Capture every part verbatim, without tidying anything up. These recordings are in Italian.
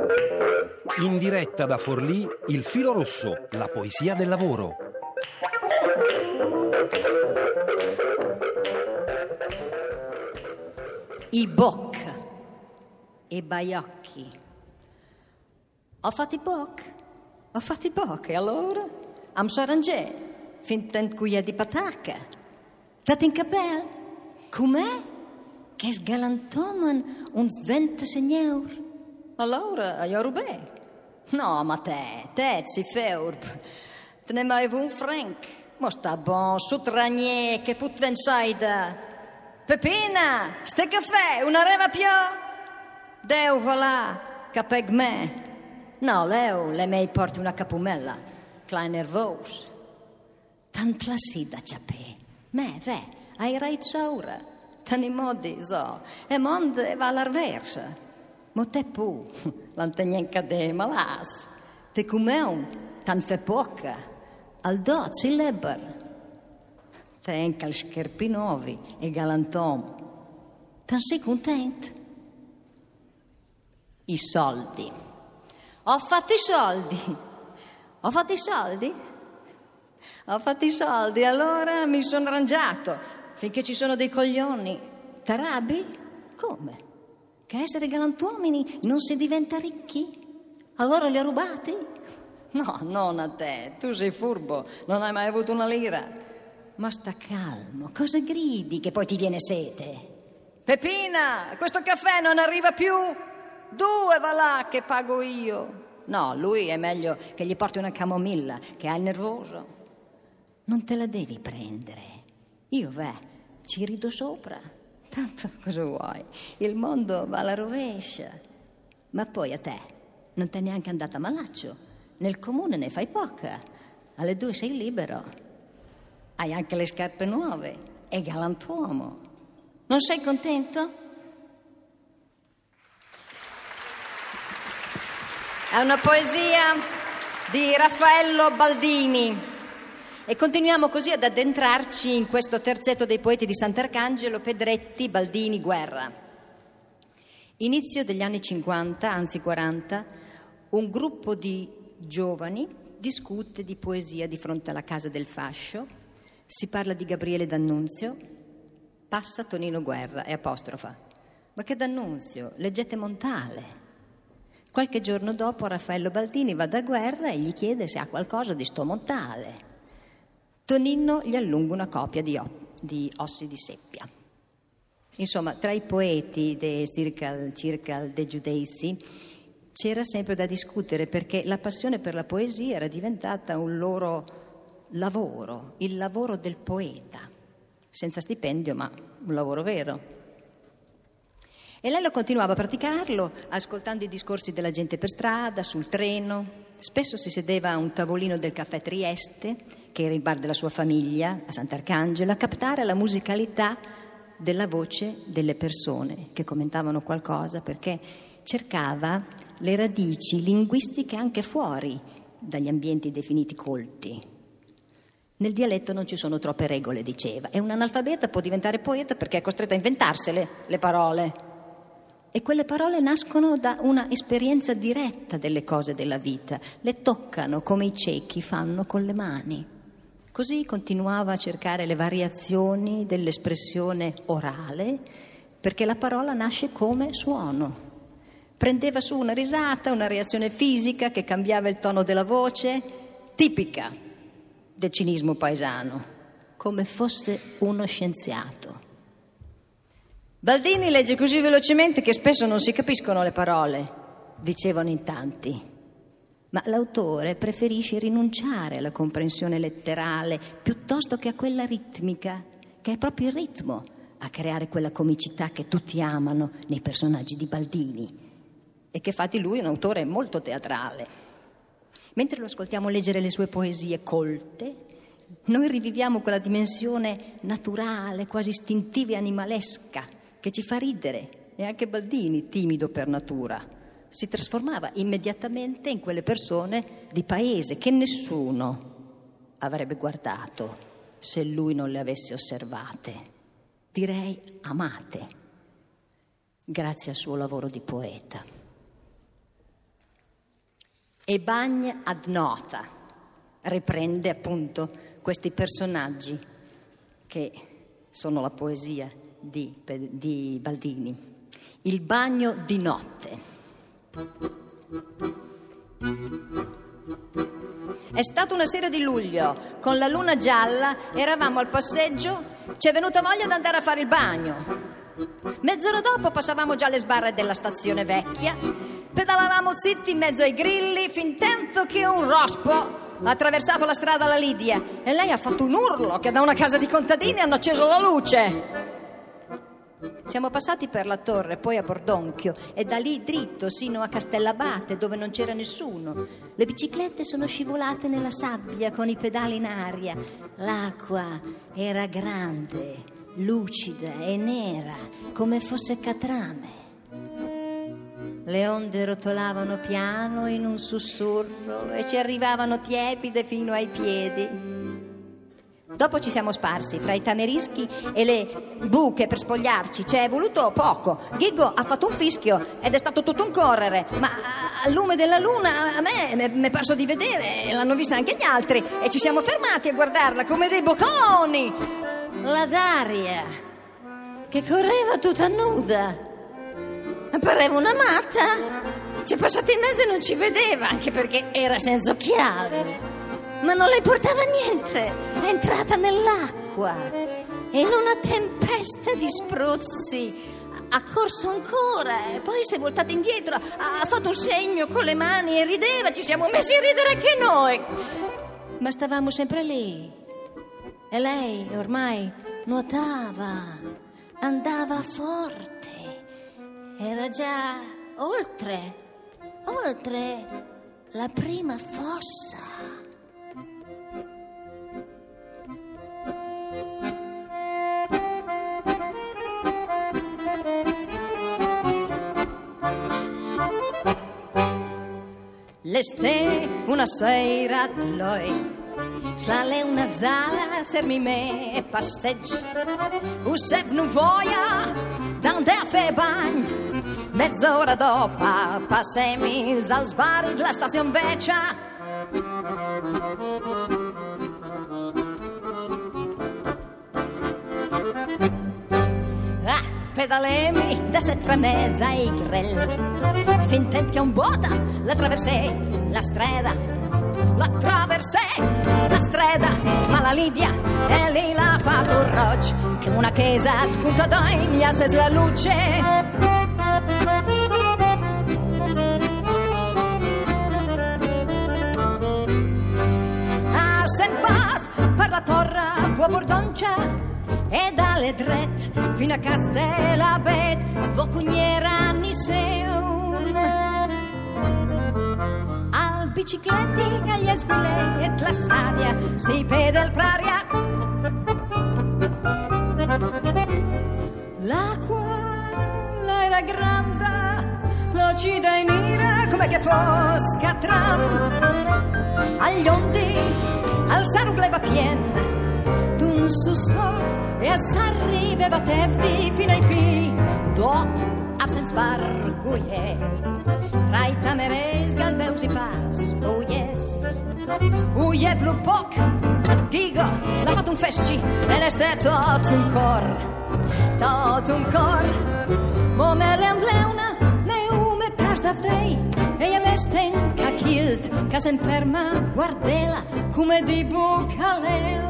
In diretta da Forlì, Il Filo Rosso, la poesia del lavoro. I boc e baiocchi. Ho fatto i boc, ho fatto i boc, e allora? Am so arrangé, fintent cuia di patacca. Dat in capel, com'è? Che sgalantomen uns vente signor. Allora, io rubè. No, ma te, te, si feurb. Te ne mai un franc. Ma sta bon, sutragne, che put vensaida. Pepina, ste caffè, una reva più? Deu, voilà, capeg me. No, leu, le mei porti una capumella, klein nervos. Tant la sida ciapè. Me, ve, hai rait saura. Tani modi, so. E monde va all'arversa. Ma te pu, l'antenenca de malas. Te cumeun, tan fe poca. Al dot si leber. Te encal scherpinovi e galantom. Tan sei content? I soldi. Ho fatto i soldi. Ho fatto i soldi? Ho fatto i soldi, allora mi sono arrangiato. Finché ci sono dei coglioni. T'arrabbi? Come? Che essere galantuomini non si diventa ricchi? Allora li ha rubati? No, non a te. Tu sei furbo, non hai mai avuto una lira. Ma sta calmo, cosa gridi che poi ti viene sete? Pepina, questo caffè non arriva più. Due va là che pago io. No, lui è meglio che gli porti una camomilla, che ha il nervoso. Non te la devi prendere. Io, beh, ci rido sopra. Tanto cosa vuoi? Il mondo va alla rovescia. Ma poi a te non t'è neanche andata malaccio. Nel comune ne fai poca. Alle due sei libero. Hai anche le scarpe nuove. E galantuomo. Non sei contento? È una poesia di Raffaello Baldini. E continuiamo così ad addentrarci in questo terzetto dei poeti di Sant'Arcangelo, Pedretti, Baldini, Guerra. Inizio degli anni cinquanta, anzi quaranta, un gruppo di giovani discute di poesia di fronte alla Casa del Fascio. Si parla di Gabriele D'Annunzio, passa Tonino Guerra e apostrofa: ma che D'Annunzio, leggete Montale. Qualche giorno dopo Raffaello Baldini va da Guerra e gli chiede se ha qualcosa di sto Montale. Tonino gli allunga una copia di, o- di Ossi di Seppia. Insomma, tra i poeti de circa, circa de Giudeizi c'era sempre da discutere, perché la passione per la poesia era diventata un loro lavoro, il lavoro del poeta, senza stipendio, ma un lavoro vero. E lei lo continuava a praticarlo ascoltando i discorsi della gente per strada, sul treno. Spesso si sedeva a un tavolino del caffè Trieste, che era il bar della sua famiglia, a Sant'Arcangelo, a captare la musicalità della voce delle persone che commentavano qualcosa, perché cercava le radici linguistiche anche fuori dagli ambienti definiti colti. Nel dialetto non ci sono troppe regole, diceva, e un analfabeta può diventare poeta perché è costretto a inventarsele le parole. E quelle parole nascono da una esperienza diretta delle cose della vita, le toccano come i ciechi fanno con le mani. Così continuava a cercare le variazioni dell'espressione orale, perché la parola nasce come suono. Prendeva su una risata, una reazione fisica che cambiava il tono della voce, tipica del cinismo paesano, come fosse uno scienziato. Baldini legge così velocemente che spesso non si capiscono le parole, dicevano in tanti. Ma l'autore preferisce rinunciare alla comprensione letterale piuttosto che a quella ritmica, che è proprio il ritmo a creare quella comicità che tutti amano nei personaggi di Baldini e che fa di lui un autore molto teatrale. Mentre lo ascoltiamo leggere le sue poesie colte, noi riviviamo quella dimensione naturale, quasi istintiva e animalesca, che ci fa ridere. E anche Baldini, timido per natura, si trasformava immediatamente in quelle persone di paese che nessuno avrebbe guardato se lui non le avesse osservate. Direi amate, grazie al suo lavoro di poeta. E bagna ad nota riprende appunto questi personaggi che sono la poesia di, di Baldini. Il bagno di notte. È stata una sera di luglio, con la luna gialla, eravamo al passeggio, ci è venuta voglia di andare a fare il bagno. Mezz'ora dopo passavamo già le sbarre della stazione vecchia, pedalavamo zitti in mezzo ai grilli, fin tanto che un rospo ha attraversato la strada alla Lidia e lei ha fatto un urlo che da una casa di contadini hanno acceso la luce. Siamo passati per la torre, poi a Bordonchio e da lì dritto sino a Castellabate, dove non c'era nessuno. Le biciclette sono scivolate nella sabbia con i pedali in aria. L'acqua era grande, lucida e nera, come fosse catrame. Le onde rotolavano piano in un sussurro e ci arrivavano tiepide fino ai piedi. Dopo ci siamo sparsi fra i tamerischi e le buche per spogliarci. Ci è voluto poco. Ghiggo ha fatto un fischio ed è stato tutto un correre, ma al lume della luna a me mi è parso di vedere, l'hanno vista anche gli altri, e ci siamo fermati a guardarla come dei bocconi. La Daria, che correva tutta nuda, pareva una matta. Ci è passata in mezzo e non ci vedeva, anche perché era senza occhiali. Ma non le portava niente, è entrata nell'acqua e in una tempesta di spruzzi ha corso ancora e poi si è voltata indietro, ha fatto un segno con le mani e rideva, ci siamo messi a ridere anche noi. Ma stavamo sempre lì e lei ormai nuotava, andava forte, era già oltre, oltre la prima fossa. Leste una sera loi slale una zala sermi me e passeggio Usef nu voia d'andar a fer bagn. Mezz'ora dopo passemi al sbarri della stazione vecchia. Ah, pedalemi da set fra mezza e grell, fintent che un bota l'attraversai la strada, l'attraversai la strada, ma la Lidia e lì l'ha fatto un roc che una chiesa punta d'oi mi alza la luce. Ah, sen pas per la torre può Bordoncia e dalle dret fino a Castellabet, due cugnera anni seun. Al bicicletti agli esgulet la sabbia si vede il praria. L'acqua era grande, lucida e nera come che fosse catram. Agli ondi al sarugleva pien d'un susso e s'arriveva tefti fino ai pi. Dopo absens barguie tra i tameres galbeus i pas uies uiev lo poc Ghigo l'ha fatto un fesci e l'este tot un cor tot un cor mo me le ambleuna ne ume pers davdei e io vesten ca kilt ca s'enferma guardela come di bucaleu.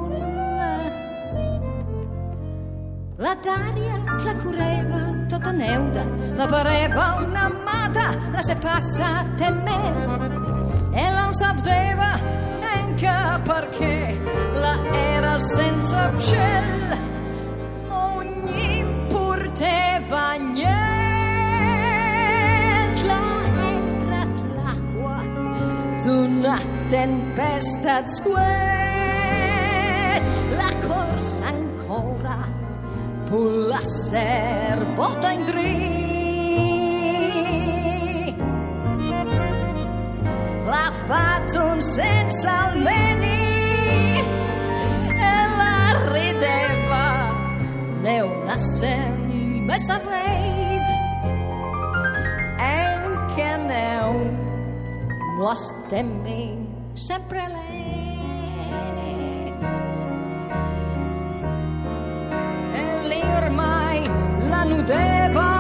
La Daria la correva tutta neuda, la pareva una mata, la se passata in mezzo e non sapeva neanche perché la era senza uccel, ogni porteva niente. La entra l'acqua d'una tempesta squet, la corsa ancora la servota in dri, l'ha fatto un senza almeni e la rideva ne una messa raid e che ne was temme sempre lei. E lei ormai la nudeva